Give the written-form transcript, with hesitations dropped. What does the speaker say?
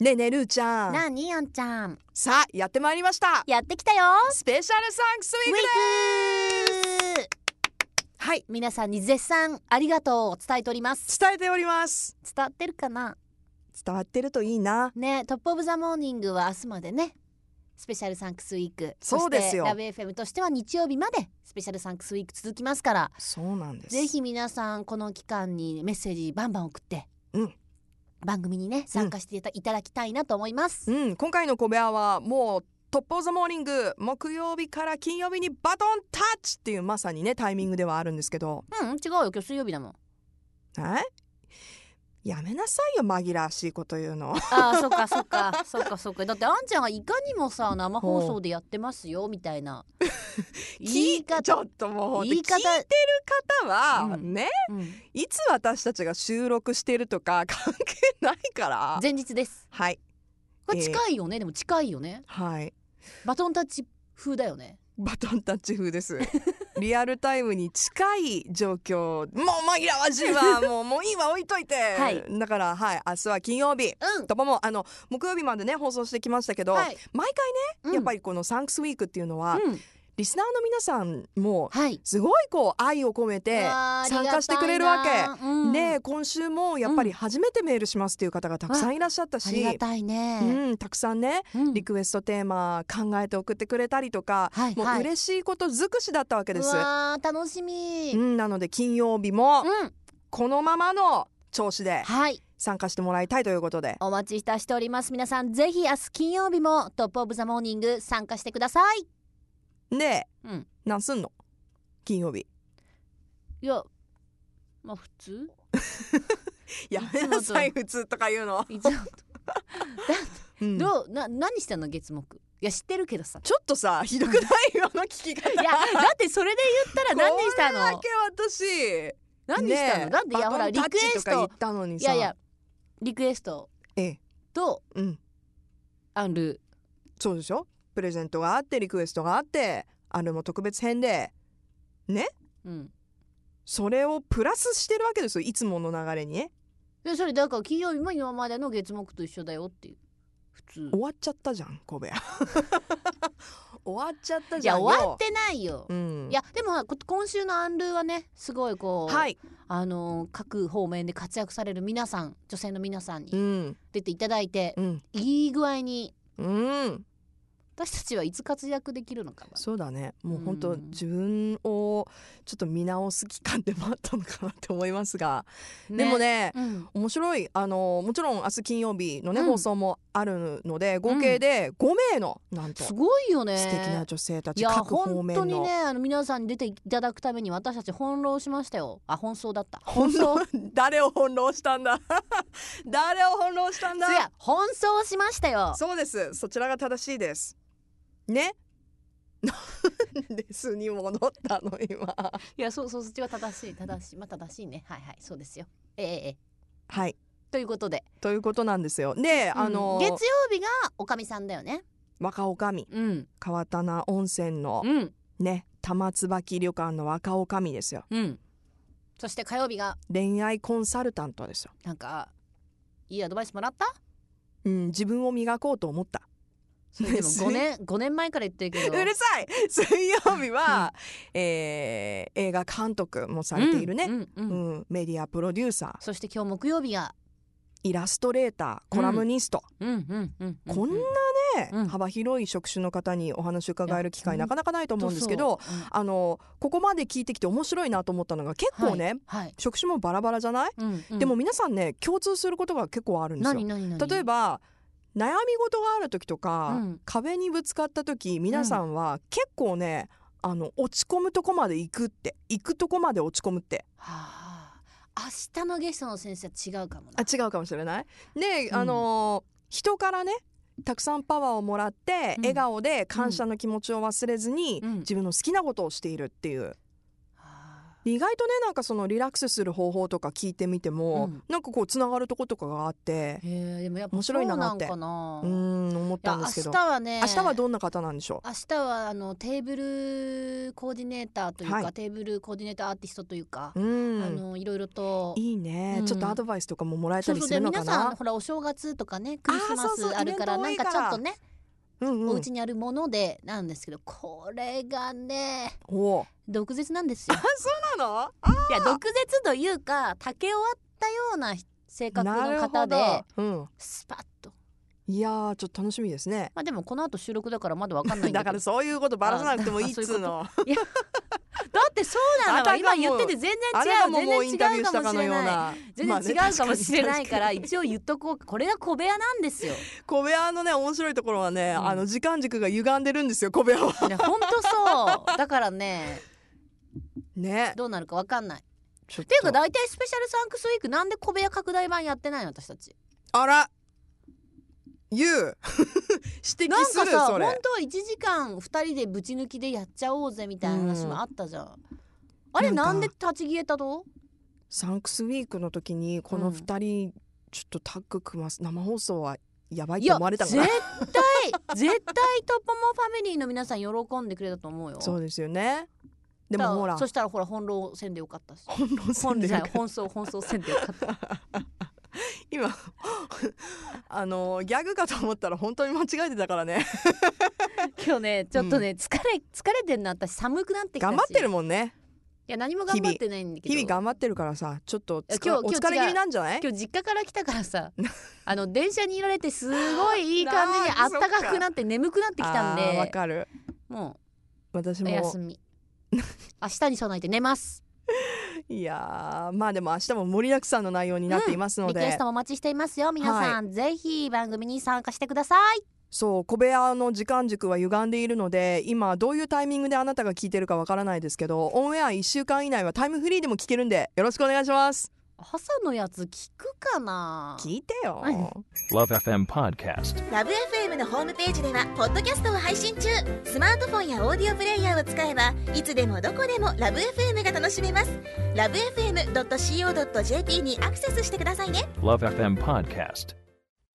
ねえねえるーちゃん。 なにあんちゃん。 さあやってまいりました。 やってきたよ。 スペシャルサンクスウィークです。はい、 皆さんに絶賛ありがとうを伝えております。 伝えております。 伝わってるかな伝わってるといいな。 ね。トップオブザモーニングは明日までね、スペシャルサンクスウィーク。 そうですよ。 そしてラブ FM としては日曜日までスペシャルサンクスウィーク続きますから、 そうなんです。 ぜひ皆さんこの期間にメッセージバンバン送って、番組にね参加していただきたいなと思います。 今回の小部屋はもうトップオブザモーニング、木曜日から金曜日にバトンタッチっていうまさにねタイミングではあるんですけど、 違うよ、今日水曜日だもん。 やめなさいよ、紛らわしいこと言うの。 そっかだってあんちゃんがいかにもさ生放送でやってますよみたいな言い方。 ちょっともう聞いてる方は、いつ私たちが収録してるとか関係ないから。 前日です。 はい、 これ近いよね。でも近いよね。 はい、 バトンタッチ風だよね。 バトンタッチ風ですリアルタイムに近い状況。もう紛らわしいわもういいわ、置いといて、だから明日は金曜日、とも木曜日までね放送してきましたけど、毎回ね、やっぱりこのサンクスウィークっていうのは、リスナーの皆さんもすごいこう愛を込めて参加してくれるわけ、で今週もやっぱり初めてメールしますっていう方がたくさんいらっしゃったし、 ありがたいね、 たくさんね、リクエストテーマ考えて送ってくれたりとか、もう嬉しいこと尽くしだったわけです。 うわー楽しみ、 なので金曜日もこのままの調子で参加してもらいたいということで、 お待ちいたしております。皆さんぜひ明日金曜日もトップオブザモーニング参加してください。 で、なんすんの金曜日。いやまあ普通やめなさい普通とか言うの何したの月木。いや知ってるけどさ、 ちょっとさひどくないよの聞き方。 いやだってそれで言ったら何したの。 これだけ私何したの、だっていやほらリクエスト言ったのにさ、 いやリクエストとアンル、 そうでしょ、プレゼントがあってリクエストがあってあれも特別編でね、それをプラスしてるわけですよ、いつもの流れにね。 でそれだから金曜日も今までの月木と一緒だよっていう。普通終わっちゃったじゃん小部屋終わっちゃったじゃんよ。 いや終わってないよ、いやでも今週のアンルーはねすごいこう、各方面で活躍される皆さん、女性の皆さんに出ていただいて、いい具合に、私たちはいつ活躍できるのかな。 そうだね、もう本当自分をちょっと見直す期間でもあったのかなって思いますが、でもね、面白い。もちろん明日金曜日のね、放送もあるので合計で5名のなんとすごいよね、 素敵な女性たち、各方面の。 本当にね、皆さんに出ていただくために私たち翻弄しましたよ。本葬だった。本葬誰を翻弄したんだ誰を翻弄したんだ。 いや奔走しましたよ。 そうです、そちらが正しいですね。なんですに戻ったの今。 いやそっちは正しいまあ正しいね。はいそうですよ。 はいということでということなんですよ。で、 月曜日がおかみさんだよね。 若おかみ、川棚温泉の、ね、玉椿旅館の若おかみですよ。 そして火曜日が恋愛コンサルタントですよ。 なんかいいアドバイスもらった？ 自分を磨こうと思った。 でも5年前から言ってるけどうるさい。水曜日は、映画監督もされているね、メディアプロデューサー。 そして今日木曜日がイラストレーター、コラムニスト。こんなね、幅広い職種の方にお話を伺える機会なかなかないと思うんですけど、ここまで聞いてきて面白いなと思ったのが、結構ね、職種もバラバラじゃない？でも皆さんね共通することが結構あるんですよ。例えば悩み事がある時とか、壁にぶつかった時、皆さんは結構ね落ち込むとこまで行くとこまで落ち込むって。 明日のゲストの先生は違うかもな。 違うかもしれない。で、人からねたくさんパワーをもらって、笑顔で感謝の気持ちを忘れずに、自分の好きなことをしているっていう。 意外とねなんかそのリラックスする方法とか聞いてみても、なんかこうつながるとことかがあって、 でもやっぱ面白いなって思ったんですけど、 明日はね、 明日はどんな方なんでしょう。 明日はテーブルコーディネーターというか、テーブルコーディネーターアーティストというか、いろいろといいね、ちょっとアドバイスとかももらえたりするのかな。 皆さんほらお正月とかねクリスマスあるから、なんかちょっとねお家にあるものでなんですけど、これがね毒舌なんですよ。 そうなの？ いや毒舌というか竹終わったような性格の方で、スパッと。 いやちょっと楽しみですね。 まあでもこの後収録だからまだわかんないんだけどだからそういうことばらさなくてもいいっつうの。 いやだってそうなの、今言ってて全然違う、全然違うかもしれない、全然違うかもしれないから一応言っとこう。これが小部屋なんですよ。 小部屋のね面白いところはね、時間軸が歪んでるんですよ小部屋は。 ほんとそうだからねどうなるかわかんない。っていうか大体スペシャルサンクスウィークなんで小部屋拡大版やってないの私たち。 あら言う指摘する。 なんかさ、本当は1時間2人でぶち抜きでやっちゃおうぜみたいな話もあったじゃん。あれなんで立ち消えたと？ サンクスウィークの時にこの2人ちょっとタッグ組ます、生放送はやばいと思われたから。 絶対トッポモファミリーの皆さん喜んでくれたと思うよ。 そうですよね。でもほらそしたらほら本浪戦でよかったし。本送戦でよかった今ギャグかと思ったら本当に間違えてたからね今日ねちょっとね、疲れてんな。私寒くなってきたし頑張ってるもんね。 いや何も頑張ってないんだけど日々頑張ってるからさ、ちょっとお疲れ気味なんじゃない？ 今日実家から来たからさ電車にいられてすごいいい感じにあったかくなって眠くなってきたんで。 わかる。 もう私もお休み明日に備えて寝ます。 いやまあでも明日も盛りだくさんの内容になっていますので、 リクエストもお待ちしていますよ皆さん、ぜひ番組に参加してください。 そう小部屋の時間軸は歪んでいるので、今どういうタイミングであなたが聞いてるかわからないですけど、オンエア1週間以内はタイムフリーでも聞けるんでよろしくお願いします。 朝のやつ聞くかな？ 聞いてよ。 Love FM Podcast。 Love FM のホームページではポッドキャストを配信中。スマートフォンやオーディオプレイヤーを使えばいつでもどこでも Love FM が楽しめます。 LoveFM.co.jp にアクセスしてくださいね。 Love FM Podcast